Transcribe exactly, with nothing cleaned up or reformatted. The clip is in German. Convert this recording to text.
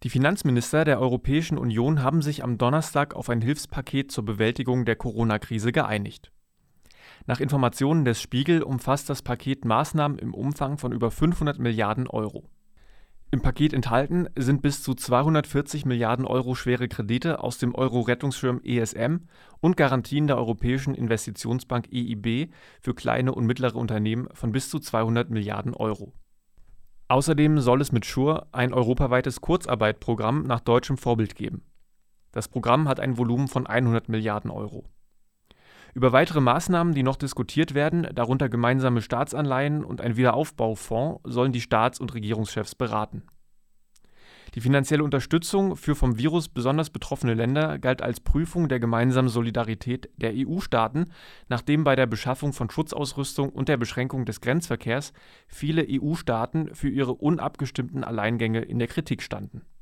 Die Finanzminister der Europäischen Union haben sich am Donnerstag auf ein Hilfspaket zur Bewältigung der Corona-Krise geeinigt. Nach Informationen des Spiegel umfasst das Paket Maßnahmen im Umfang von über fünfhundert Milliarden Euro. Im Paket enthalten sind bis zu zweihundertvierzig Milliarden Euro schwere Kredite aus dem Euro-Rettungsschirm E S M und Garantien der Europäischen Investitionsbank E I B für kleine und mittlere Unternehmen von bis zu zweihundert Milliarden Euro. Außerdem soll es mit Schur ein europaweites Kurzarbeitprogramm nach deutschem Vorbild geben. Das Programm hat ein Volumen von hundert Milliarden Euro. Über weitere Maßnahmen, die noch diskutiert werden, darunter gemeinsame Staatsanleihen und ein Wiederaufbaufonds, sollen die Staats- und Regierungschefs beraten. Die finanzielle Unterstützung für vom Virus besonders betroffene Länder galt als Prüfung der gemeinsamen Solidarität der E U-Staaten, nachdem bei der Beschaffung von Schutzausrüstung und der Beschränkung des Grenzverkehrs viele E U-Staaten für ihre unabgestimmten Alleingänge in der Kritik standen.